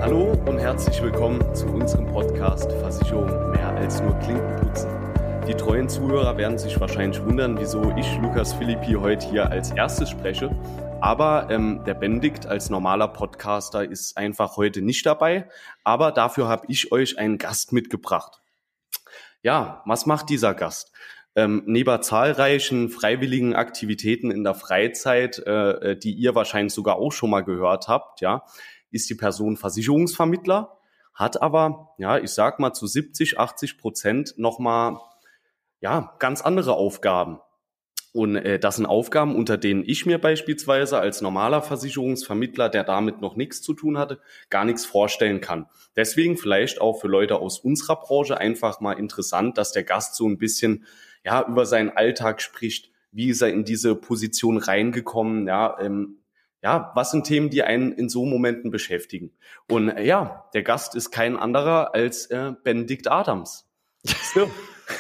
Hallo und herzlich willkommen zu unserem Podcast Versicherung mehr als nur Klinkenputzen. Die treuen Zuhörer werden sich wahrscheinlich wundern, wieso ich, Lukas Philippi, heute hier als erstes spreche. Aber der Benedikt als normaler Podcaster ist einfach heute nicht dabei. Aber dafür habe ich euch einen Gast mitgebracht. Ja, was macht dieser Gast? Neben zahlreichen freiwilligen Aktivitäten in der Freizeit, die ihr wahrscheinlich sogar auch schon mal gehört habt, ja, ist die Person Versicherungsvermittler, hat aber, ja, ich sag mal zu 70-80% nochmal, ja, ganz andere Aufgaben. Und das sind Aufgaben, unter denen ich mir beispielsweise als normaler Versicherungsvermittler, der damit noch nichts zu tun hatte, gar nichts vorstellen kann. Deswegen vielleicht auch für Leute aus unserer Branche einfach mal interessant, dass der Gast so ein bisschen ja über seinen Alltag spricht. Wie ist er in diese Position reingekommen? Ja, was sind Themen, die einen in so Momenten beschäftigen? Und ja, der Gast ist kein anderer als Benedikt Adams. So.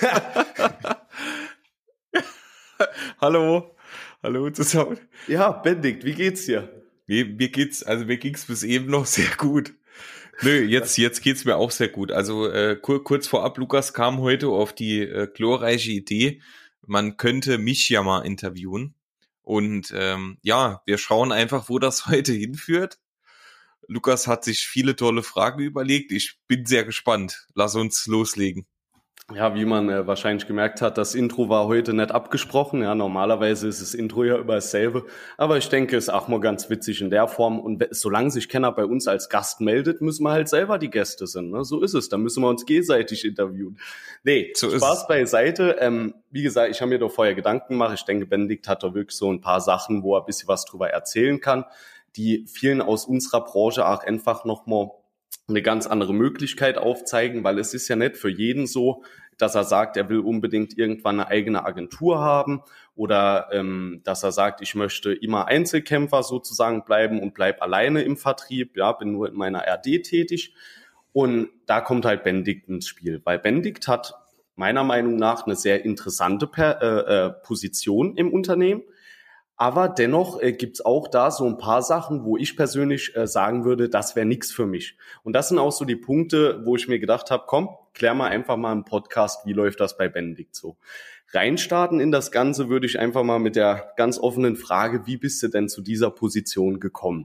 Hallo zusammen. Ja, Benedikt, wie geht's dir? Mir ging's bis eben noch sehr gut. Nö, jetzt geht's mir auch sehr gut. Also kurz vorab, Lukas kam heute auf die glorreiche Idee, man könnte mich ja mal interviewen. Und ja, wir schauen einfach, wo das heute hinführt. Lukas hat sich viele tolle Fragen überlegt. Ich bin sehr gespannt. Lass uns loslegen. Ja, wie man wahrscheinlich gemerkt hat, das Intro war heute nicht abgesprochen. Ja, normalerweise ist das Intro ja immer dasselbe. Aber ich denke, es ist auch mal ganz witzig in der Form. Und solange sich keiner bei uns als Gast meldet, müssen wir halt selber die Gäste sind. Ne? So ist es. Da müssen wir uns gegenseitig interviewen. Nee, so Spaß beiseite. Wie gesagt, ich habe mir doch vorher Gedanken gemacht. Ich denke, Benedikt hat da wirklich so ein paar Sachen, wo er ein bisschen was drüber erzählen kann, die vielen aus unserer Branche auch einfach nochmal eine ganz andere Möglichkeit aufzeigen, weil es ist ja nicht für jeden so, dass er sagt, er will unbedingt irgendwann eine eigene Agentur haben oder dass er sagt, ich möchte immer Einzelkämpfer sozusagen bleiben und bleib alleine im Vertrieb, ja, bin nur in meiner RD tätig. Und da kommt halt Benedikt ins Spiel, weil Benedikt hat meiner Meinung nach eine sehr interessante Position im Unternehmen. Aber dennoch gibt's auch da so ein paar Sachen, wo ich persönlich sagen würde, das wäre nix für mich. Und das sind auch so die Punkte, wo ich mir gedacht habe, komm, klär mal einfach mal im Podcast, wie läuft das bei Benedikt so. Reinstarten in das Ganze würde ich einfach mal mit der ganz offenen Frage, wie bist du denn zu dieser Position gekommen?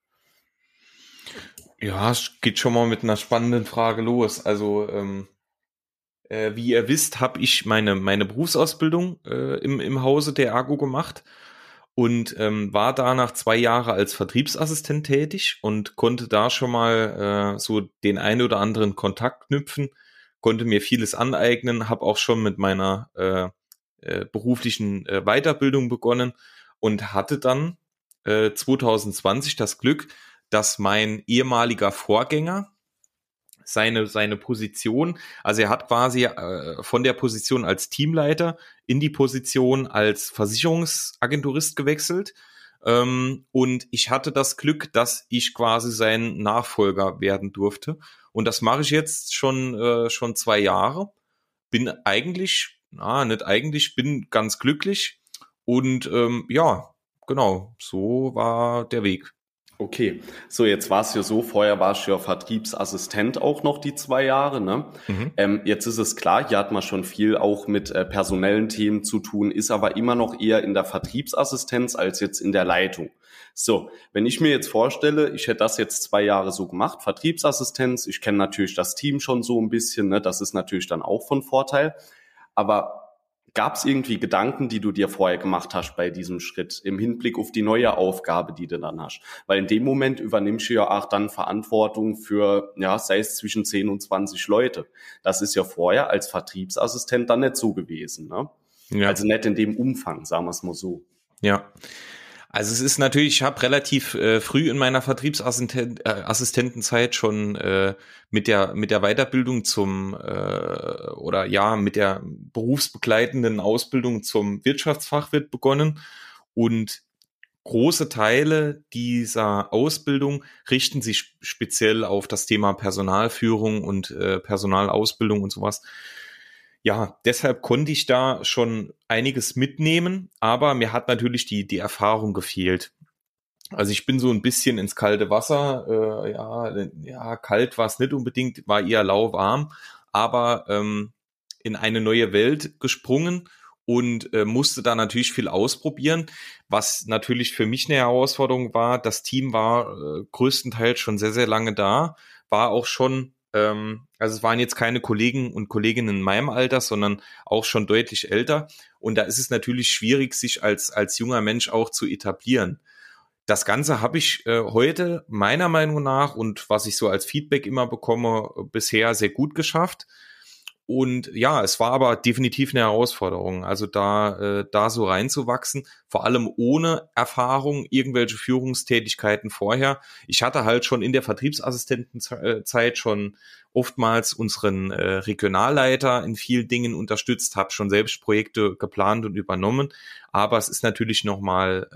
Ja, es geht schon mal mit einer spannenden Frage los. Also wie ihr wisst, habe ich meine Berufsausbildung im Hause der Ergo gemacht. Und war da nach 2 Jahren als Vertriebsassistent tätig und konnte da schon mal so den einen oder anderen Kontakt knüpfen, konnte mir vieles aneignen, habe auch schon mit meiner beruflichen Weiterbildung begonnen und hatte dann 2020 das Glück, dass mein ehemaliger Vorgänger seine Position, also er hat quasi von der Position als Teamleiter in die Position als Versicherungsagenturist gewechselt, und ich hatte das Glück, dass ich quasi sein Nachfolger werden durfte, und das mache ich jetzt schon 2 Jahre, bin bin ganz glücklich und ja, genau, so war der Weg. Okay, so jetzt war es ja so, vorher warst du ja Vertriebsassistent auch noch die 2 Jahre, ne? Jetzt ist es klar, hier hat man schon viel auch mit personellen Themen zu tun, ist aber immer noch eher in der Vertriebsassistenz als jetzt in der Leitung. So, wenn ich mir jetzt vorstelle, ich hätte das jetzt 2 Jahre so gemacht, Vertriebsassistenz, ich kenne natürlich das Team schon so ein bisschen, ne? Das ist natürlich dann auch von Vorteil, aber gab es irgendwie Gedanken, die du dir vorher gemacht hast bei diesem Schritt im Hinblick auf die neue Aufgabe, die du dann hast? Weil in dem Moment übernimmst du ja auch dann Verantwortung für, ja, sei es zwischen 10 und 20 Leute. Das ist ja vorher als Vertriebsassistent dann nicht so gewesen, ne? Ja. Also nicht in dem Umfang, sagen wir es mal so. Ja. Also es ist natürlich, ich habe relativ früh in meiner Vertriebsassistentenzeit schon mit der Weiterbildung mit der berufsbegleitenden Ausbildung zum Wirtschaftsfachwirt begonnen, und große Teile dieser Ausbildung richten sich speziell auf das Thema Personalführung und Personalausbildung und sowas. Ja, deshalb konnte ich da schon einiges mitnehmen, aber mir hat natürlich die Erfahrung gefehlt. Also ich bin so ein bisschen ins kalte Wasser, ja, kalt war es nicht unbedingt, war eher lauwarm, aber in eine neue Welt gesprungen und musste da natürlich viel ausprobieren, was natürlich für mich eine Herausforderung war. Das Team war größtenteils schon sehr, sehr lange da, war auch schon, also es waren jetzt keine Kollegen und Kolleginnen in meinem Alter, sondern auch schon deutlich älter. Und da ist es natürlich schwierig, sich als junger Mensch auch zu etablieren. Das Ganze habe ich heute meiner Meinung nach und was ich so als Feedback immer bekomme, bisher sehr gut geschafft. Und ja, es war aber definitiv eine Herausforderung, also da so reinzuwachsen, vor allem ohne Erfahrung, irgendwelche Führungstätigkeiten vorher. Ich hatte halt schon in der Vertriebsassistentenzeit schon oftmals unseren Regionalleiter in vielen Dingen unterstützt, habe schon selbst Projekte geplant und übernommen, aber es ist natürlich nochmal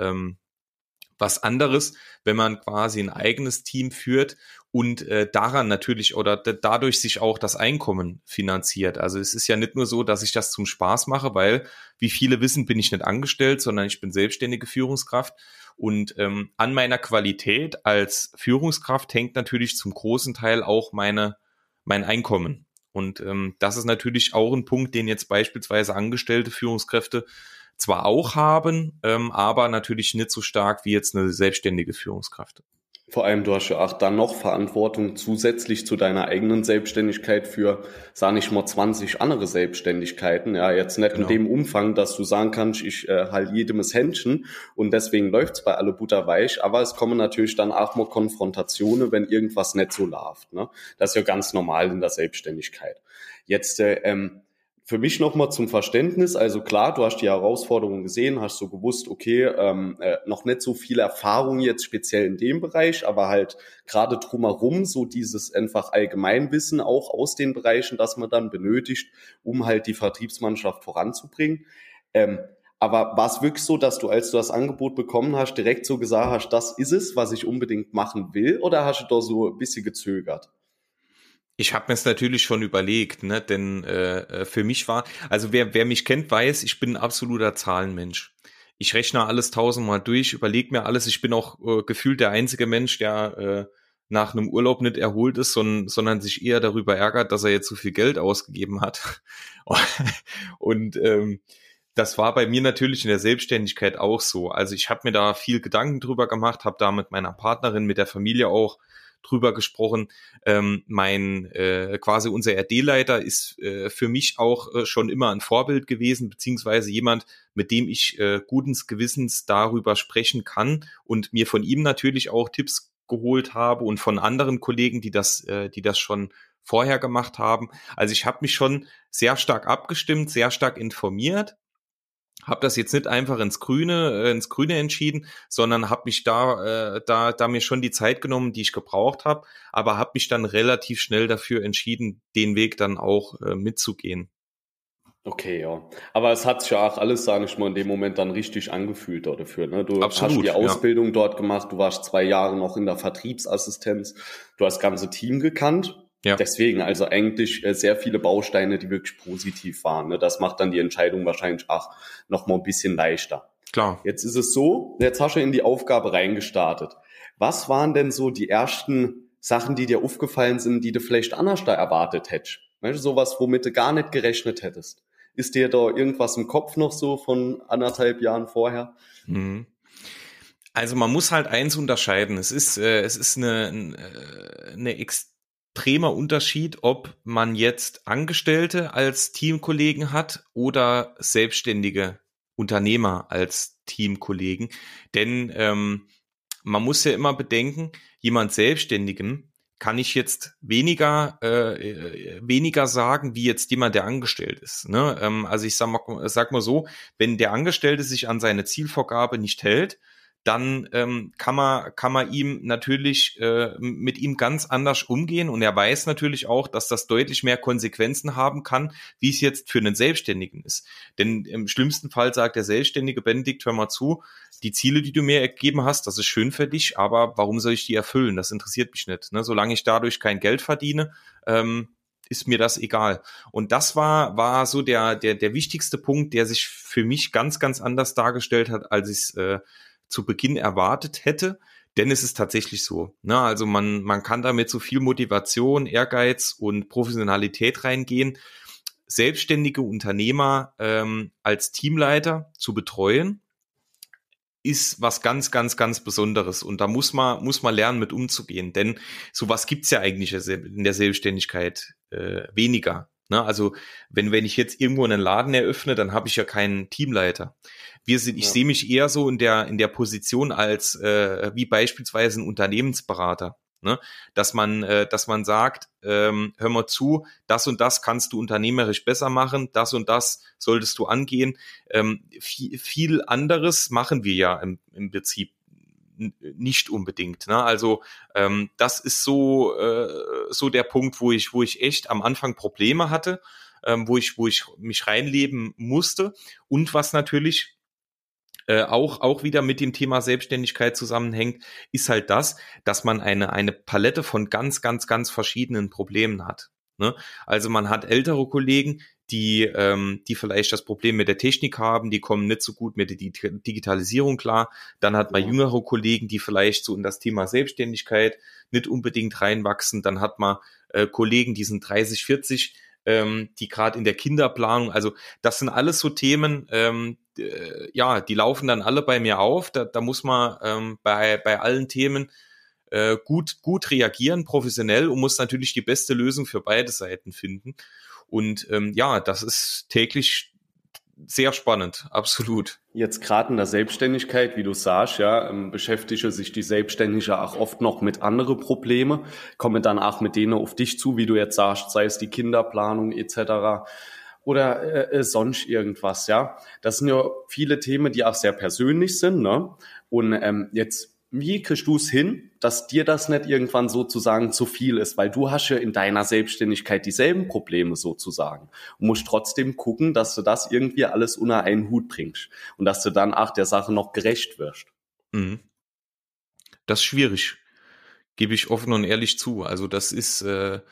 was anderes, wenn man quasi ein eigenes Team führt und daran natürlich oder dadurch sich auch das Einkommen finanziert. Also es ist ja nicht nur so, dass ich das zum Spaß mache, weil, wie viele wissen, bin ich nicht angestellt, sondern ich bin selbstständige Führungskraft. Und an meiner Qualität als Führungskraft hängt natürlich zum großen Teil auch mein Einkommen. Und das ist natürlich auch ein Punkt, den jetzt beispielsweise angestellte Führungskräfte zwar auch haben, aber natürlich nicht so stark wie jetzt eine selbstständige Führungskraft. Vor allem, du hast ja auch dann noch Verantwortung zusätzlich zu deiner eigenen Selbstständigkeit für, sag ich mal, 20 andere Selbstständigkeiten. Ja, jetzt nicht in dem Umfang, dass du sagen kannst, ich halt jedem das Händchen und deswegen läuft's bei alle butterweich. Aber es kommen natürlich dann auch mal Konfrontationen, wenn irgendwas nicht so läuft. Ne? Das ist ja ganz normal in der Selbstständigkeit. Jetzt für mich nochmal zum Verständnis, also klar, du hast die Herausforderungen gesehen, hast so gewusst, okay, noch nicht so viel Erfahrung jetzt speziell in dem Bereich, aber halt gerade drumherum so dieses einfach Allgemeinwissen auch aus den Bereichen, das man dann benötigt, um halt die Vertriebsmannschaft voranzubringen. Aber war es wirklich so, dass du, als du das Angebot bekommen hast, direkt so gesagt hast, das ist es, was ich unbedingt machen will, oder hast du da so ein bisschen gezögert? Ich habe mir es natürlich schon überlegt, ne? Denn für mich war, also wer mich kennt, weiß, ich bin ein absoluter Zahlenmensch. Ich rechne alles tausendmal durch, überlege mir alles. Ich bin auch gefühlt der einzige Mensch, der nach einem Urlaub nicht erholt ist, sondern sich eher darüber ärgert, dass er jetzt so viel Geld ausgegeben hat. Und das war bei mir natürlich in der Selbstständigkeit auch so. Also ich habe mir da viel Gedanken drüber gemacht, habe da mit meiner Partnerin, mit der Familie auch drüber gesprochen. Quasi unser RD-Leiter ist für mich auch schon immer ein Vorbild gewesen, beziehungsweise jemand, mit dem ich guten Gewissens darüber sprechen kann und mir von ihm natürlich auch Tipps geholt habe und von anderen Kollegen, die das schon vorher gemacht haben. Also ich habe mich schon sehr stark abgestimmt, sehr stark informiert, habe das jetzt nicht einfach ins Grüne entschieden, sondern habe mich da mir schon die Zeit genommen, die ich gebraucht habe, aber habe mich dann relativ schnell dafür entschieden, den Weg dann auch mitzugehen. Okay, ja. Aber es hat sich ja auch alles, sage ich mal, in dem Moment dann richtig angefühlt dafür. Ne? Du hast die Absolut, ja. Ausbildung dort gemacht, du warst 2 Jahre noch in der Vertriebsassistenz, du hast das ganze Team gekannt. Ja, Deswegen, also eigentlich sehr viele Bausteine, die wirklich positiv waren. Ne? Das macht dann die Entscheidung wahrscheinlich auch noch mal ein bisschen leichter. klar. Jetzt ist es so, jetzt hast du in die Aufgabe reingestartet. Was waren denn so die ersten Sachen, die dir aufgefallen sind, die du vielleicht anders da erwartet hättest? Weißt du, sowas, womit du gar nicht gerechnet hättest. Ist dir da irgendwas im Kopf noch so von 1,5 Jahren vorher? Mhm. Also man muss halt eins unterscheiden. Es ist eine extremer Unterschied, ob man jetzt Angestellte als Teamkollegen hat oder selbstständige Unternehmer als Teamkollegen. Denn man muss ja immer bedenken, jemand Selbstständigen kann ich jetzt weniger sagen, wie jetzt jemand, der angestellt ist. Ne? Also ich sag mal so, wenn der Angestellte sich an seine Zielvorgabe nicht hält, dann kann man ihm natürlich mit ihm ganz anders umgehen und er weiß natürlich auch, dass das deutlich mehr Konsequenzen haben kann, wie es jetzt für einen Selbstständigen ist. Denn im schlimmsten Fall sagt der Selbstständige: Benedikt, hör mal zu, die Ziele, die du mir gegeben hast, das ist schön für dich, aber warum soll ich die erfüllen? Das interessiert mich nicht. Ne? Solange ich dadurch kein Geld verdiene, ist mir das egal. Und das war so der wichtigste Punkt, der sich für mich ganz, ganz anders dargestellt hat, als ich es zu Beginn erwartet hätte. Denn es ist tatsächlich so. Ne? Also man kann da mit so viel Motivation, Ehrgeiz und Professionalität reingehen, selbstständige Unternehmer als Teamleiter zu betreuen, ist was ganz, ganz, ganz Besonderes. Und da muss man lernen, mit umzugehen. Denn sowas gibt's ja eigentlich in der Selbstständigkeit weniger. Ne? Also wenn ich jetzt irgendwo einen Laden eröffne, dann habe ich ja keinen Teamleiter. Ich sehe mich eher so in der Position als wie beispielsweise ein Unternehmensberater. Ne? Dass man sagt, hör mal zu, das und das kannst du unternehmerisch besser machen, das und das solltest du angehen. Viel anderes machen wir ja im Prinzip nicht unbedingt. Ne? Also das ist so der Punkt, wo ich echt am Anfang Probleme hatte, wo ich mich reinleben musste und was natürlich auch wieder mit dem Thema Selbstständigkeit zusammenhängt, ist halt das, dass man eine Palette von ganz, ganz, ganz verschiedenen Problemen hat. Ne? Also man hat ältere Kollegen, die vielleicht das Problem mit der Technik haben, die kommen nicht so gut mit der Digitalisierung klar. Dann hat man jüngere Kollegen, die vielleicht so in das Thema Selbstständigkeit nicht unbedingt reinwachsen. Dann hat man Kollegen, die sind 30, 40, die gerade in der Kinderplanung, also das sind alles so Themen, die laufen dann alle bei mir auf. Da muss man bei allen Themen gut reagieren, professionell, und muss natürlich die beste Lösung für beide Seiten finden. Und das ist täglich sehr spannend, absolut. Jetzt gerade in der Selbstständigkeit, wie du sagst, beschäftige sich die Selbstständige auch oft noch mit anderen Problemen, komme dann auch mit denen auf dich zu, wie du jetzt sagst, sei es die Kinderplanung etc. oder sonst irgendwas, ja. Das sind ja viele Themen, die auch sehr persönlich sind, ne? Und jetzt, wie kriegst du es hin, dass dir das nicht irgendwann sozusagen zu viel ist? Weil du hast ja in deiner Selbstständigkeit dieselben Probleme sozusagen und musst trotzdem gucken, dass du das irgendwie alles unter einen Hut bringst und dass du dann auch der Sache noch gerecht wirst. Mhm. Das ist schwierig, gebe ich offen und ehrlich zu. Also das ist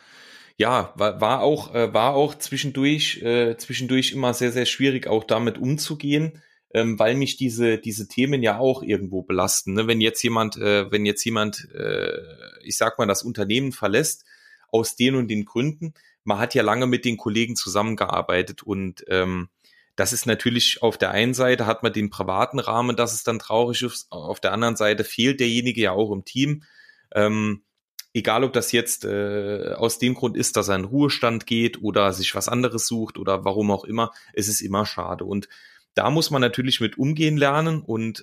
war auch zwischendurch immer sehr, sehr schwierig, auch damit umzugehen, weil mich diese Themen ja auch irgendwo belasten. Ne? Wenn jetzt jemand, ich sag mal, das Unternehmen verlässt, aus den und den Gründen, man hat ja lange mit den Kollegen zusammengearbeitet und das ist natürlich, auf der einen Seite hat man den privaten Rahmen, dass es dann traurig ist, auf der anderen Seite fehlt derjenige ja auch im Team. Egal, ob das jetzt aus dem Grund ist, dass er in Ruhestand geht oder sich was anderes sucht oder warum auch immer, es ist immer schade. Und da muss man natürlich mit umgehen lernen und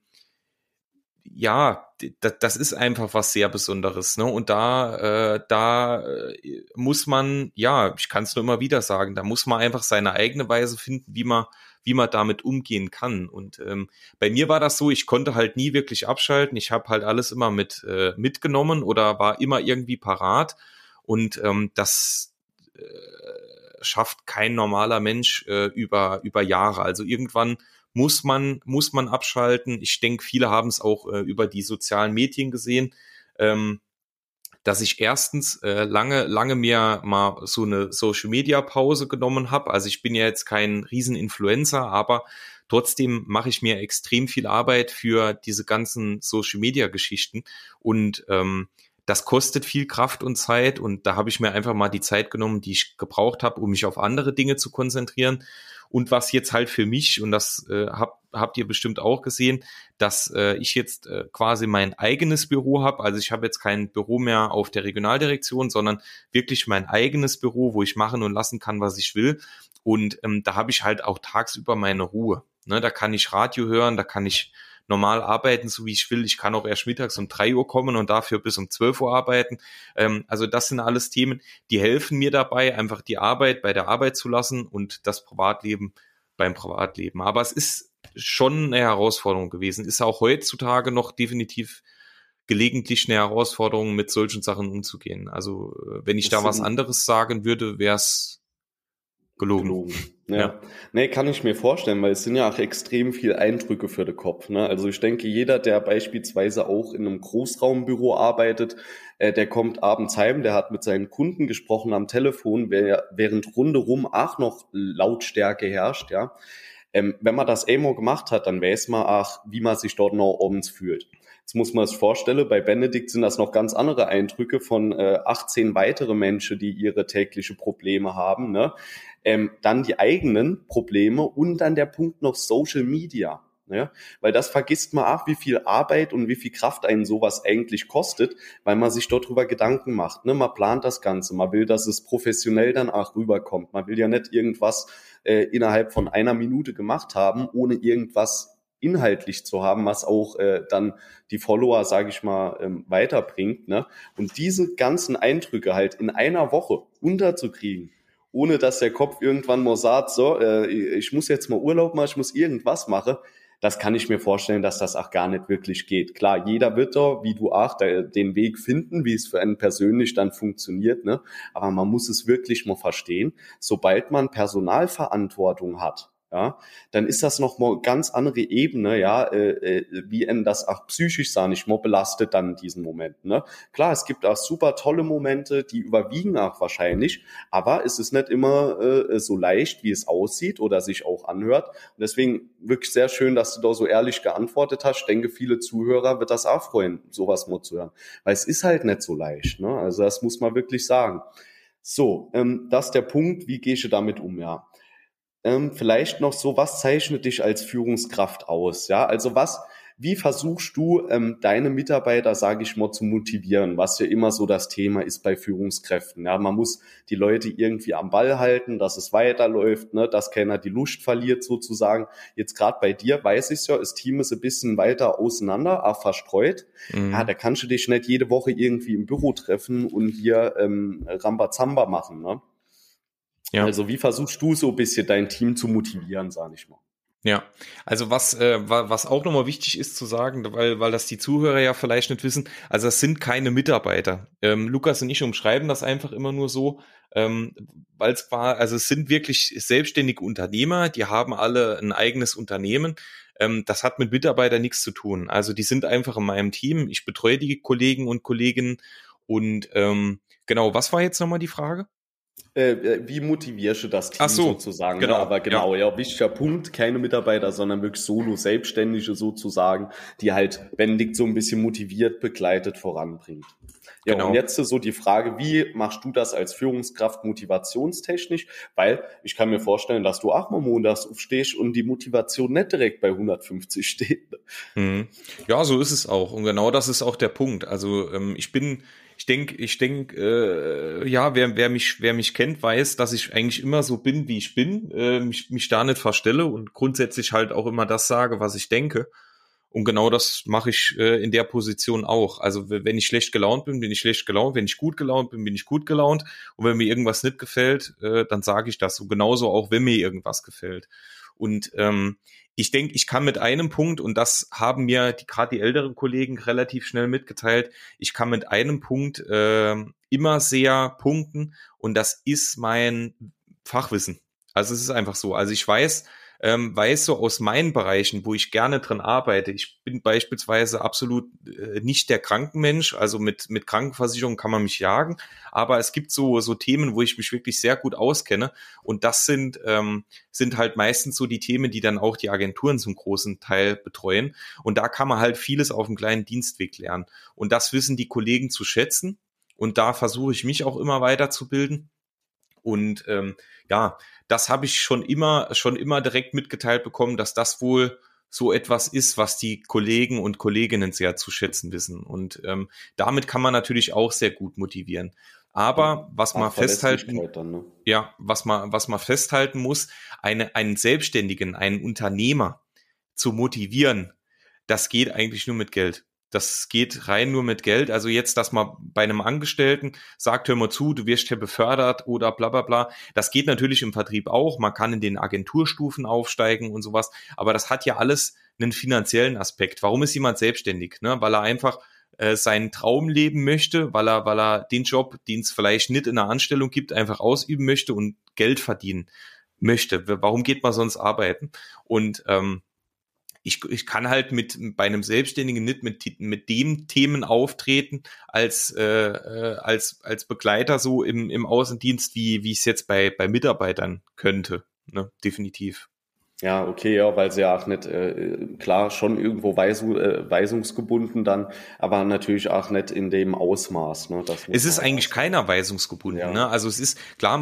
das ist einfach was sehr Besonderes, ne? Und da muss man, ich kann es nur immer wieder sagen, da muss man einfach seine eigene Weise finden, wie man damit umgehen kann. Und bei mir war das so, ich konnte halt nie wirklich abschalten. Ich habe halt alles immer mitgenommen oder war immer irgendwie parat. Und das schafft kein normaler Mensch über Jahre. Also irgendwann muss man abschalten. Ich denke, viele haben es auch über die sozialen Medien gesehen, dass ich erstens lange mir mal so eine Social-Media-Pause genommen habe. Also ich bin ja jetzt kein Riesen-Influencer, aber trotzdem mache ich mir extrem viel Arbeit für diese ganzen Social-Media-Geschichten und das kostet viel Kraft und Zeit und da habe ich mir einfach mal die Zeit genommen, die ich gebraucht habe, um mich auf andere Dinge zu konzentrieren. Und was jetzt halt für mich, und das habt ihr bestimmt auch gesehen, dass ich jetzt quasi mein eigenes Büro habe. Also ich habe jetzt kein Büro mehr auf der Regionaldirektion, sondern wirklich mein eigenes Büro, wo ich machen und lassen kann, was ich will. Und da habe ich halt auch tagsüber meine Ruhe. Ne, da kann ich Radio hören, da kann ich normal arbeiten, so wie ich will. Ich kann auch erst mittags um 3 Uhr kommen und dafür bis um 12 Uhr arbeiten. Also das sind alles Themen, die helfen mir dabei, einfach die Arbeit bei der Arbeit zu lassen und das Privatleben beim Privatleben. Aber es ist schon eine Herausforderung gewesen. Ist auch heutzutage noch definitiv gelegentlich eine Herausforderung, mit solchen Sachen umzugehen. Also wenn ich da was anderes sagen würde, wäre es gelogen. Ja. Nee, kann ich mir vorstellen, weil es sind ja auch extrem viel Eindrücke für den Kopf. Ne? Also ich denke, jeder, der beispielsweise auch in einem Großraumbüro arbeitet, der kommt abends heim, der hat mit seinen Kunden gesprochen am Telefon, während rundherum auch noch Lautstärke herrscht, ja. Wenn man das einmal gemacht hat, dann weiß man auch, wie man sich dort noch abends fühlt. Jetzt muss man sich vorstellen, bei Benedikt sind das noch ganz andere Eindrücke von 18 weitere Menschen, die ihre tägliche Probleme haben, ne? Dann die eigenen Probleme und dann der Punkt noch Social Media. Ja, weil das vergisst man auch, wie viel Arbeit und wie viel Kraft einen sowas eigentlich kostet, weil man sich dort drüber Gedanken macht. Ne? Man plant das Ganze, man will, dass es professionell dann auch rüberkommt. Man will ja nicht irgendwas innerhalb von einer Minute gemacht haben, ohne irgendwas inhaltlich zu haben, was auch dann die Follower, sage ich mal, weiterbringt. Ne? Und diese ganzen Eindrücke halt in einer Woche unterzukriegen, ohne dass der Kopf irgendwann mal sagt, so, ich muss jetzt mal Urlaub machen, ich muss irgendwas machen, das kann ich mir vorstellen, dass das auch gar nicht wirklich geht. Klar, jeder wird da, wie du auch, den Weg finden, wie es für einen persönlich dann funktioniert, ne? Aber man muss es wirklich mal verstehen, sobald man Personalverantwortung hat, ja, dann ist das noch mal ganz andere Ebene, ja, wie en das auch psychisch sah nicht mal belastet dann in diesem Moment, ne? Klar, es gibt auch super tolle Momente, die überwiegen auch wahrscheinlich, aber es ist nicht immer so leicht, wie es aussieht oder sich auch anhört. Und deswegen wirklich sehr schön, dass du da so ehrlich geantwortet hast. Ich denke, viele Zuhörer wird das auch freuen, sowas mal zu hören, weil es ist halt nicht so leicht, ne? Also das muss man wirklich sagen. So, das ist der Punkt, wie gehst du damit um, ja? Vielleicht noch so, was zeichnet dich als Führungskraft aus? Ja, also wie versuchst du, deine Mitarbeiter, sage ich mal, zu motivieren, was ja immer so das Thema ist bei Führungskräften. Ja, man muss die Leute irgendwie am Ball halten, dass es weiterläuft, ne, dass keiner die Lust verliert sozusagen. Jetzt gerade bei dir weiß ich ja, das Team ist ein bisschen weiter auseinander, auch verstreut. Ja, da kannst du dich nicht jede Woche irgendwie im Büro treffen und hier Rambazamba machen, ne? Ja. Also wie versuchst du so ein bisschen dein Team zu motivieren, sag ich mal? Ja, also was auch nochmal wichtig ist zu sagen, weil das die Zuhörer ja vielleicht nicht wissen, also es sind keine Mitarbeiter. Lukas und ich umschreiben das einfach immer nur so, weil also es sind wirklich selbstständige Unternehmer, die haben alle ein eigenes Unternehmen. Das hat mit Mitarbeitern nichts zu tun. Also die sind einfach in meinem Team. Ich betreue die Kollegen und Kolleginnen und genau, was war jetzt nochmal die Frage? Wie motivierst du das Ach Team so, sozusagen? Ne? genau, Aber ja. genau, ja, wichtiger Punkt, keine Mitarbeiter, sondern wirklich Solo-Selbstständige sozusagen, die halt Benedikt so ein bisschen motiviert, begleitet, voranbringt. Ja, und Genau. jetzt so die Frage, wie machst du das als Führungskraft motivationstechnisch? Weil ich kann mir vorstellen, dass du auch mal montags aufstehst und die Motivation nicht direkt bei 150 steht. Mhm. Ja, so ist es auch. Und genau das ist auch der Punkt. Also ich denke, ja, wer mich kennt, weiß, dass ich eigentlich immer so bin, wie ich bin, mich da nicht verstelle und grundsätzlich halt auch immer das sage, was ich denke. Und genau das mache ich in der Position auch. Also wenn ich schlecht gelaunt bin, bin ich schlecht gelaunt. Wenn ich gut gelaunt bin, bin ich gut gelaunt. Und wenn mir irgendwas nicht gefällt, dann sage ich das. So genauso auch, wenn mir irgendwas gefällt. Und ich denke, ich kann mit einem Punkt, und das haben mir gerade die älteren Kollegen relativ schnell mitgeteilt, ich kann mit einem Punkt immer sehr punkten, und das ist mein Fachwissen. Also es ist einfach so. Also ich weiß so aus meinen Bereichen, wo ich gerne dran arbeite. Ich bin beispielsweise absolut nicht der Krankenmensch, also mit Krankenversicherung kann man mich jagen, aber es gibt so Themen, wo ich mich wirklich sehr gut auskenne, und das sind halt meistens so die Themen, die dann auch die Agenturen zum großen Teil betreuen, und da kann man halt vieles auf einem kleinen Dienstweg lernen, und das wissen die Kollegen zu schätzen, und da versuche ich mich auch immer weiterzubilden. Und ja, das habe ich schon immer direkt mitgeteilt bekommen, dass das wohl so etwas ist, was die Kollegen und Kolleginnen sehr zu schätzen wissen. Und damit kann man natürlich auch sehr gut motivieren. Aber was man festhalten, Dann, ne? ja, was man festhalten muss, einen Selbstständigen, einen Unternehmer zu motivieren, das geht eigentlich nur mit Geld. Das geht rein nur mit Geld. Also jetzt, dass man bei einem Angestellten sagt, hör mal zu, du wirst hier befördert oder bla bla bla. Das geht natürlich im Vertrieb auch. Man kann in den Agenturstufen aufsteigen und sowas. Aber das hat ja alles einen finanziellen Aspekt. Warum ist jemand selbstständig? Ne? Weil er einfach seinen Traum leben möchte, weil er den Job, den es vielleicht nicht in einer Anstellung gibt, einfach ausüben möchte und Geld verdienen möchte. Warum geht man sonst arbeiten? Und ich kann halt bei einem Selbstständigen nicht mit dem Themen auftreten als Begleiter so im Außendienst, wie ich es jetzt bei Mitarbeitern könnte, ne? Definitiv. Ja, okay, ja, weil sie ja auch nicht, klar, schon irgendwo weisungsgebunden dann, aber natürlich auch nicht in dem Ausmaß, ne, das Es muss man ist halt auch eigentlich sagen. keiner weisungsgebunden, ne? Ja, Also es ist klar,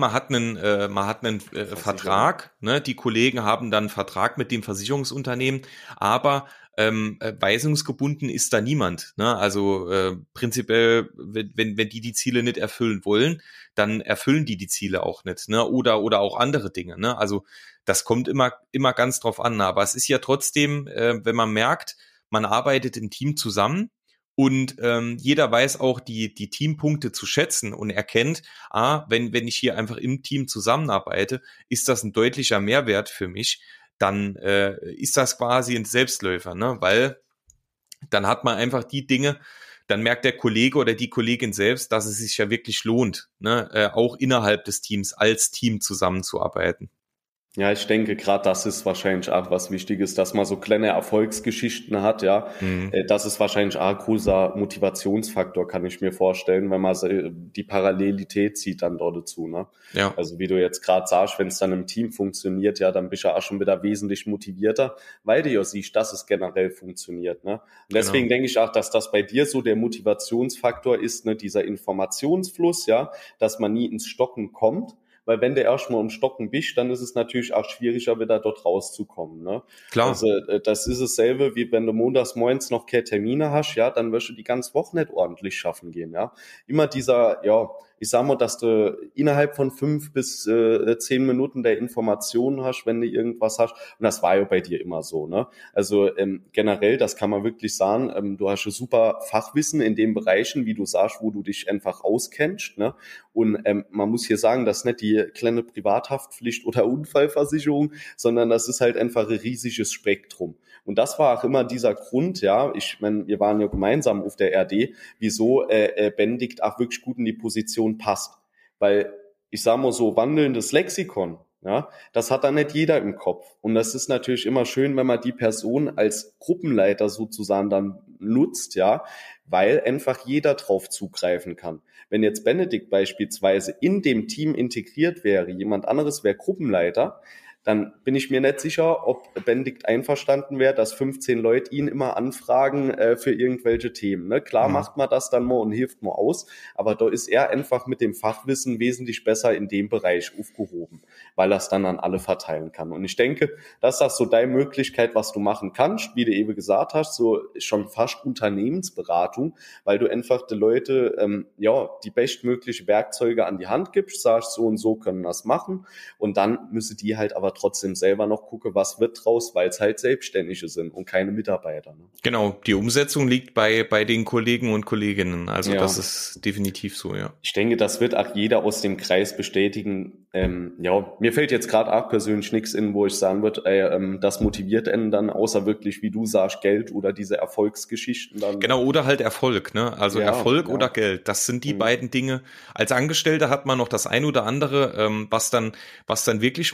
man hat einen Versicherung. Vertrag, ne? Die Kollegen haben dann einen Vertrag mit dem Versicherungsunternehmen, aber weisungsgebunden ist da niemand, ne? Also prinzipiell, wenn die Ziele nicht erfüllen wollen, dann erfüllen die Ziele auch nicht, ne? Oder auch andere Dinge, ne? Also das kommt immer ganz drauf an, aber es ist ja trotzdem, wenn man merkt, man arbeitet im Team zusammen und jeder weiß auch die Teampunkte zu schätzen und erkennt, wenn ich hier einfach im Team zusammenarbeite, ist das ein deutlicher Mehrwert für mich, dann ist das quasi ein Selbstläufer, ne? Weil dann hat man einfach die Dinge, dann merkt der Kollege oder die Kollegin selbst, dass es sich ja wirklich lohnt, ne? Auch innerhalb des Teams als Team zusammenzuarbeiten. Ja, ich denke, gerade das ist wahrscheinlich auch was Wichtiges, dass man so kleine Erfolgsgeschichten hat, ja. Mhm. Das ist wahrscheinlich auch ein großer Motivationsfaktor, kann ich mir vorstellen, wenn man die Parallelität sieht dann dort dazu, ne? Ja, Also wie du jetzt gerade sagst, wenn es dann im Team funktioniert, ja, dann bist du auch schon wieder wesentlich motivierter, weil du ja siehst, dass es generell funktioniert, ne? Und deswegen genau. denke ich auch, dass das bei dir so der Motivationsfaktor ist, ne, dieser Informationsfluss, ja, dass man nie ins Stocken kommt. Weil wenn du erstmal im Stocken bist, dann ist es natürlich auch schwieriger, wieder dort rauszukommen. Ne? Klar. Also das ist dasselbe, wie wenn du montags morgens noch keine Termine hast, ja, dann wirst du die ganze Woche nicht ordentlich schaffen gehen. Ja, immer dieser, ja, ich sag mal, dass du innerhalb von 5 bis 10 Minuten der Informationen hast, wenn du irgendwas hast. Und das war ja bei dir immer so. Ne? Also generell, das kann man wirklich sagen, du hast ein super Fachwissen in den Bereichen, wie du sagst, wo du dich einfach auskennst. Ne? Und man muss hier sagen, das ist nicht die kleine Privathaftpflicht oder Unfallversicherung, sondern das ist halt einfach ein riesiges Spektrum. Und das war auch immer dieser Grund, ja, ich meine, wir waren ja gemeinsam auf der RD, wieso Benedikt auch wirklich gut in die Position passt. Weil, ich sag mal so, wandelndes Lexikon, ja, das hat dann nicht jeder im Kopf. Und das ist natürlich immer schön, wenn man die Person als Gruppenleiter sozusagen dann nutzt, ja, weil einfach jeder drauf zugreifen kann. Wenn jetzt Benedikt beispielsweise in dem Team integriert wäre, jemand anderes wäre Gruppenleiter, dann bin ich mir nicht sicher, ob Benedikt einverstanden wäre, dass 15 Leute ihn immer anfragen für irgendwelche Themen. Ne? Klar Mhm. macht man das dann mal und hilft mal aus, aber da ist er einfach mit dem Fachwissen wesentlich besser in dem Bereich aufgehoben, weil er es dann an alle verteilen kann. Und ich denke, dass das so deine Möglichkeit, was du machen kannst, wie du eben gesagt hast, so schon fast Unternehmensberatung, weil du einfach die Leute ja die bestmögliche Werkzeuge an die Hand gibst, sagst, so und so können das machen und dann müssen die halt aber trotzdem selber noch gucken, was wird draus, weil es halt Selbstständige sind und keine Mitarbeiter. Ne? Genau, die Umsetzung liegt bei den Kollegen und Kolleginnen. Also das Ja, ist definitiv so, ja. ich denke, das wird auch jeder aus dem Kreis bestätigen. Ja, mir fällt jetzt gerade auch persönlich nichts in, wo ich sagen würde, das motiviert einen dann, außer wirklich, wie du sagst, Geld oder diese Erfolgsgeschichten dann. Ne? Genau, oder halt Erfolg, ne? Also Ja, Erfolg oder ja. Geld. Das sind die Mhm. beiden Dinge. Als Angestellter hat man noch das ein oder andere, was dann wirklich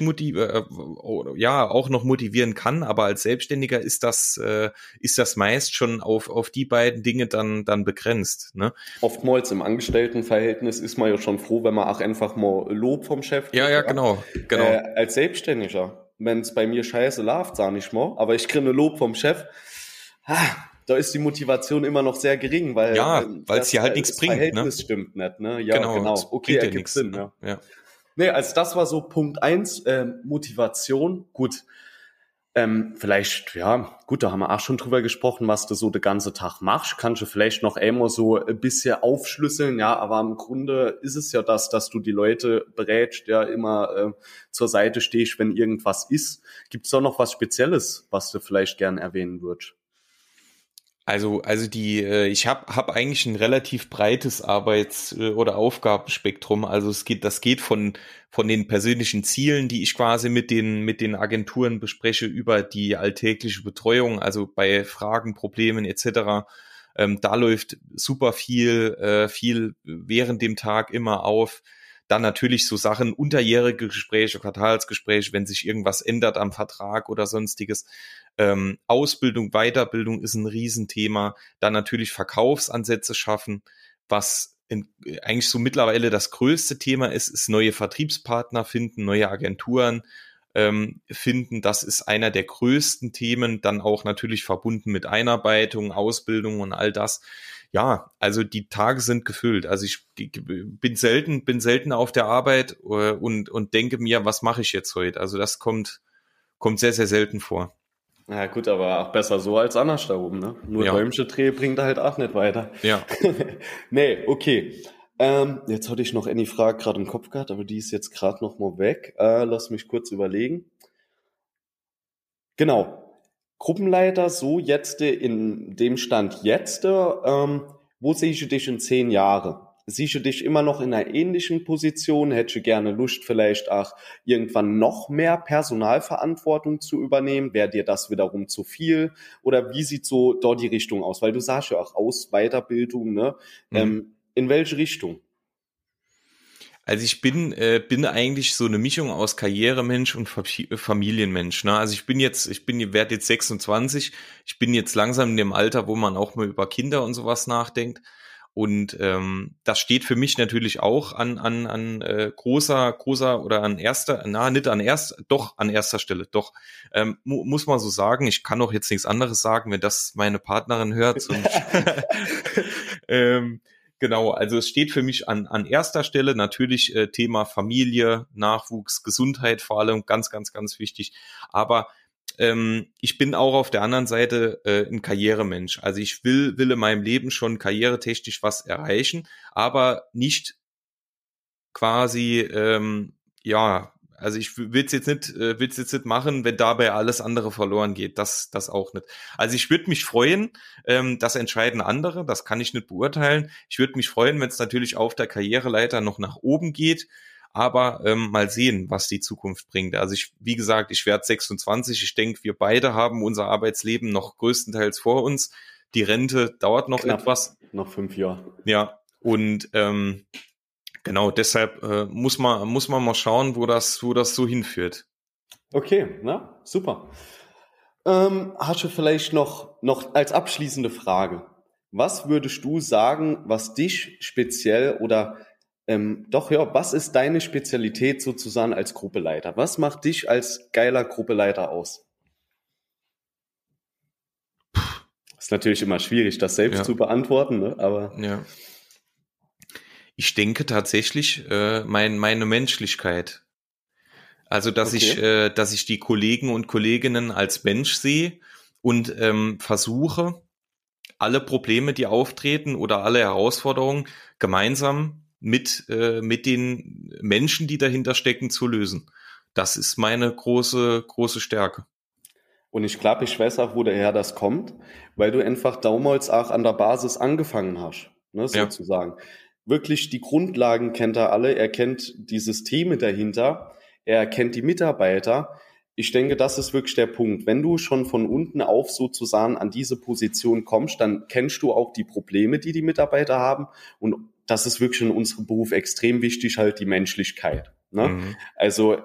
ja, auch noch motivieren kann. Aber als Selbstständiger ist das meist schon auf die beiden Dinge dann begrenzt, ne? Oftmals im Angestelltenverhältnis ist man ja schon froh, wenn man auch einfach mal Lob vom Chef Ja, kriegt. ja, Ja? genau. Als Selbstständiger, wenn es bei mir scheiße läuft, sag ich mal, aber ich kriege Lob vom Chef, da ist die Motivation immer noch sehr gering, weil Ja, weil es dir halt nichts das bringt, ne? Verhältnis stimmt nicht. Ne? Ja, Genau, genau. es Okay, bringt dir ergibt nichts, Sinn. ne? Ja. Ja. Nee, also das war so Punkt eins, Motivation. Gut, vielleicht, ja, gut, da haben wir auch schon drüber gesprochen, was du so den ganzen Tag machst. Kannst du vielleicht noch einmal so ein bisschen aufschlüsseln, ja, aber im Grunde ist es ja das, dass du die Leute berätst, ja, immer zur Seite stehst, wenn irgendwas ist. Gibt es da noch was Spezielles, was du vielleicht gern erwähnen würdest? Also ich hab eigentlich ein relativ breites oder Aufgabenspektrum. Also das geht von den persönlichen Zielen, die ich quasi mit den Agenturen bespreche, über die alltägliche Betreuung, also bei Fragen, Problemen etc. Da läuft super viel während dem Tag immer auf. Dann natürlich so Sachen, unterjährige Gespräche, Quartalsgespräche, wenn sich irgendwas ändert am Vertrag oder sonstiges. Ausbildung, Weiterbildung ist ein Riesenthema. Dann natürlich Verkaufsansätze schaffen, was eigentlich so mittlerweile das größte Thema ist neue Vertriebspartner finden, neue Agenturen, finden. Das ist einer der größten Themen, dann auch natürlich verbunden mit Einarbeitung, Ausbildung und all das. Ja, also die Tage sind gefüllt. Also ich bin selten auf der Arbeit und denke mir, was mache ich jetzt heute? Also das kommt sehr, sehr selten vor. Ja gut, aber auch besser so als anders da oben, ne? Nur Ja. Däumchen drehen bringt halt auch nicht weiter. Ja. Nee, okay. Jetzt hatte ich noch eine Frage gerade im Kopf gehabt, aber die ist jetzt gerade noch mal weg. Lass mich kurz überlegen. Genau. Gruppenleiter, so jetzt in dem Stand jetzt, wo siehst du dich in 10 Jahren? Siehst du dich immer noch in einer ähnlichen Position? Hättest du gerne Lust, vielleicht auch irgendwann noch mehr Personalverantwortung zu übernehmen? Wäre dir das wiederum zu viel? Oder wie sieht so dort die Richtung aus? Weil du sagst ja auch Aus, Weiterbildung, ne? In welche Richtung? Also ich bin eigentlich so eine Mischung aus Karrieremensch und Familienmensch. Ne? Also werde jetzt 26. Ich bin jetzt langsam in dem Alter, wo man auch mal über Kinder und sowas nachdenkt. Und das steht für mich natürlich auch an großer oder an erster, nicht an erster, doch an erster Stelle, doch. Muss man so sagen. Ich kann auch jetzt nichts anderes sagen, wenn das meine Partnerin hört. Genau, also es steht für mich an erster Stelle natürlich Thema Familie, Nachwuchs, Gesundheit vor allem, ganz, ganz, ganz wichtig. Aber ich bin auch auf der anderen Seite ein Karrieremensch. Also ich will in meinem Leben schon karrieretechnisch was erreichen, aber nicht quasi, also ich will es jetzt nicht machen, wenn dabei alles andere verloren geht. Das auch nicht. Also ich würde mich freuen, das entscheiden andere, das kann ich nicht beurteilen. Ich würde mich freuen, wenn es natürlich auf der Karriereleiter noch nach oben geht, aber mal sehen, was die Zukunft bringt. Also wie gesagt, ich werde 26. Ich denke, wir beide haben unser Arbeitsleben noch größtenteils vor uns. Die Rente dauert noch Knapp, etwas. noch 5 Jahre. Ja, und genau, deshalb muss man mal schauen, wo das so hinführt. Okay, na, super. Hast du vielleicht noch als abschließende Frage, was würdest du sagen, was dich speziell oder was ist deine Spezialität sozusagen als Gruppeleiter? Was macht dich als geiler Gruppeleiter aus? Ist natürlich immer schwierig, das selbst zu beantworten, ne? Aber ja. Ich denke tatsächlich meine Menschlichkeit. Also dass ich die Kollegen und Kolleginnen als Mensch sehe und versuche, alle Probleme, die auftreten oder alle Herausforderungen gemeinsam mit den Menschen, die dahinter stecken, zu lösen. Das ist meine große Stärke. Und ich glaube, ich weiß auch, woher das kommt, weil du einfach damals auch an der Basis angefangen hast, ne, sozusagen. Ja. Wirklich die Grundlagen kennt er alle, er kennt die Systeme dahinter, er kennt die Mitarbeiter. Ich denke, das ist wirklich der Punkt. Wenn du schon von unten auf sozusagen an diese Position kommst, dann kennst du auch die Probleme, die Mitarbeiter haben. Und das ist wirklich in unserem Beruf extrem wichtig, halt die Menschlichkeit. Ne? Mhm. Also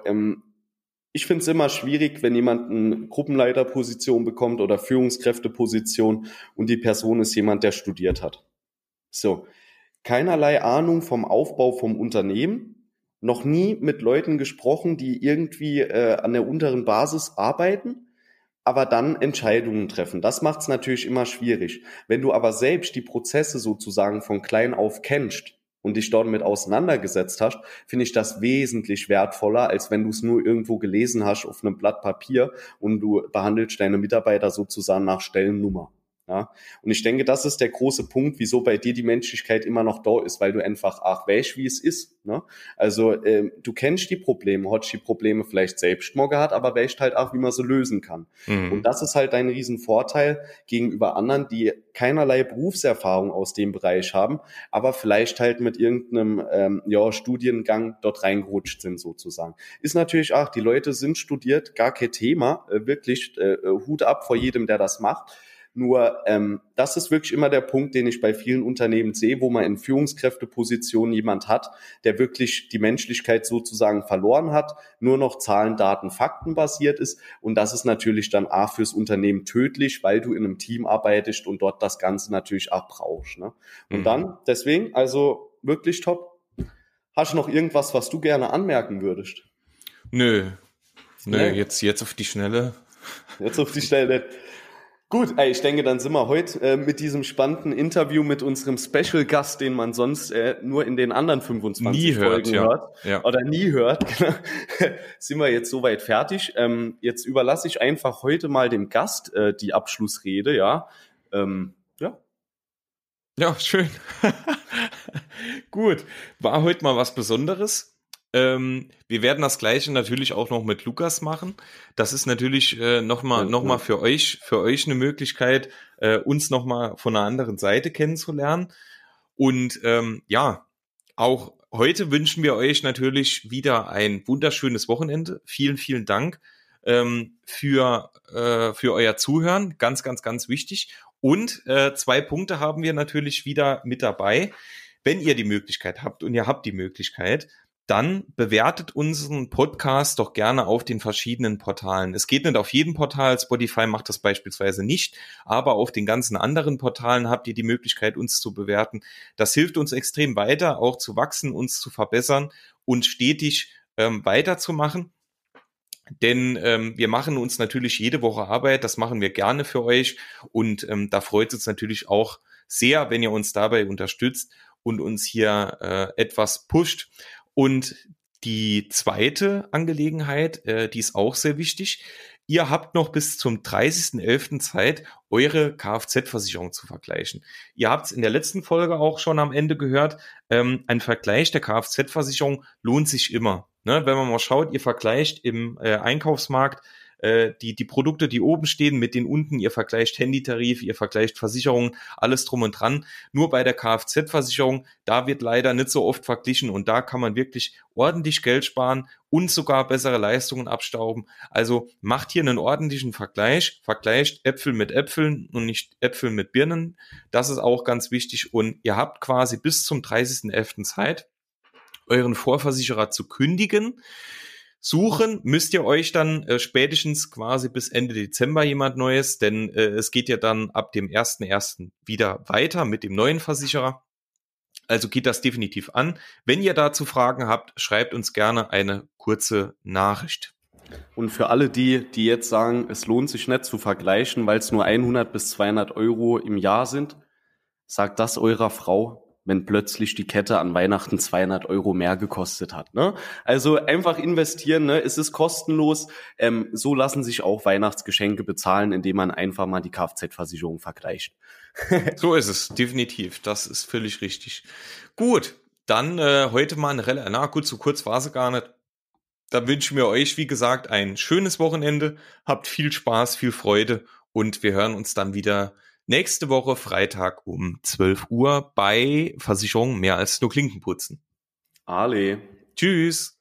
ich finde es immer schwierig, wenn jemand eine Gruppenleiterposition bekommt oder Führungskräfteposition und die Person ist jemand, der studiert hat. So, keinerlei Ahnung vom Aufbau vom Unternehmen, noch nie mit Leuten gesprochen, die irgendwie an der unteren Basis arbeiten, aber dann Entscheidungen treffen. Das macht es natürlich immer schwierig. Wenn du aber selbst die Prozesse sozusagen von klein auf kennst und dich dort mit auseinandergesetzt hast, finde ich das wesentlich wertvoller, als wenn du es nur irgendwo gelesen hast auf einem Blatt Papier und du behandelst deine Mitarbeiter sozusagen nach Stellennummer. Ja, und ich denke, das ist der große Punkt, wieso bei dir die Menschlichkeit immer noch da ist, weil du einfach weißt, wie es ist. Ne? Also du kennst die Probleme, hast die Probleme vielleicht selbst mal gehabt, aber weißt halt auch, wie man sie lösen kann. Mhm. Und das ist halt ein Riesenvorteil gegenüber anderen, die keinerlei Berufserfahrung aus dem Bereich haben, aber vielleicht halt mit irgendeinem Studiengang dort reingerutscht sind sozusagen. Ist natürlich auch, die Leute sind studiert, gar kein Thema, wirklich Hut ab vor jedem, der das macht. Nur das ist wirklich immer der Punkt, den ich bei vielen Unternehmen sehe, wo man in Führungskräftepositionen jemand hat, der wirklich die Menschlichkeit sozusagen verloren hat, nur noch Zahlen, Daten, Fakten basiert ist. Und das ist natürlich dann auch fürs Unternehmen tödlich, weil du in einem Team arbeitest und dort das Ganze natürlich auch brauchst. Ne? Und dann, deswegen, also wirklich top. Hast du noch irgendwas, was du gerne anmerken würdest? Nö. Nö, jetzt auf die Schnelle. Jetzt auf die Schnelle. Gut, ich denke, dann sind wir heute mit diesem spannenden Interview mit unserem Special-Gast, den man sonst nur in den anderen 25 Folgen hört oder nie hört, sind wir jetzt soweit fertig. Jetzt überlasse ich einfach heute mal dem Gast die Abschlussrede, ja. Ja, schön. Gut, war heute mal was Besonderes. Wir werden das Gleiche natürlich auch noch mit Lukas machen. Das ist natürlich noch mal für euch eine Möglichkeit, uns noch mal von einer anderen Seite kennenzulernen. Und auch heute wünschen wir euch natürlich wieder ein wunderschönes Wochenende. Vielen, vielen Dank für euer Zuhören. Ganz, ganz, ganz wichtig. Und 2 Punkte haben wir natürlich wieder mit dabei. Wenn ihr die Möglichkeit habt, und ihr habt die Möglichkeit, dann bewertet unseren Podcast doch gerne auf den verschiedenen Portalen. Es geht nicht auf jedem Portal, Spotify macht das beispielsweise nicht, aber auf den ganzen anderen Portalen habt ihr die Möglichkeit, uns zu bewerten. Das hilft uns extrem weiter, auch zu wachsen, uns zu verbessern und stetig weiterzumachen. Denn wir machen uns natürlich jede Woche Arbeit, das machen wir gerne für euch und da freut es uns natürlich auch sehr, wenn ihr uns dabei unterstützt und uns hier etwas pusht. Und die zweite Angelegenheit, die ist auch sehr wichtig. Ihr habt noch bis zum 30.11. Zeit, eure Kfz-Versicherung zu vergleichen. Ihr habt es in der letzten Folge auch schon am Ende gehört, ein Vergleich der Kfz-Versicherung lohnt sich immer. Ne? Wenn man mal schaut, ihr vergleicht im Einkaufsmarkt die Produkte, die oben stehen mit den unten, ihr vergleicht Handytarif, ihr vergleicht Versicherungen, alles drum und dran. Nur bei der Kfz-Versicherung, da wird leider nicht so oft verglichen und da kann man wirklich ordentlich Geld sparen und sogar bessere Leistungen abstauben. Also macht hier einen ordentlichen Vergleich, vergleicht Äpfel mit Äpfeln und nicht Äpfel mit Birnen. Das ist auch ganz wichtig und ihr habt quasi bis zum 30.11. Zeit, euren Vorversicherer zu kündigen. Suchen müsst ihr euch dann spätestens quasi bis Ende Dezember jemand Neues, denn es geht ja dann ab dem 1.1. wieder weiter mit dem neuen Versicherer. Also geht das definitiv an. Wenn ihr dazu Fragen habt, schreibt uns gerne eine kurze Nachricht. Und für alle die jetzt sagen, es lohnt sich nicht zu vergleichen, weil es nur 100 bis 200 Euro im Jahr sind, sagt das eurer Frau, wenn plötzlich die Kette an Weihnachten 200 Euro mehr gekostet hat. Ne? Also einfach investieren, ne? Es ist kostenlos. So lassen sich auch Weihnachtsgeschenke bezahlen, indem man einfach mal die Kfz-Versicherung vergleicht. So ist es, definitiv. Das ist völlig richtig. Gut, dann heute mal gut, so kurz war sie gar nicht. Dann wünschen wir euch, wie gesagt, ein schönes Wochenende. Habt viel Spaß, viel Freude und wir hören uns dann wieder nächste Woche Freitag um 12 Uhr bei Versicherung mehr als nur Klinken putzen. Ale. Tschüss.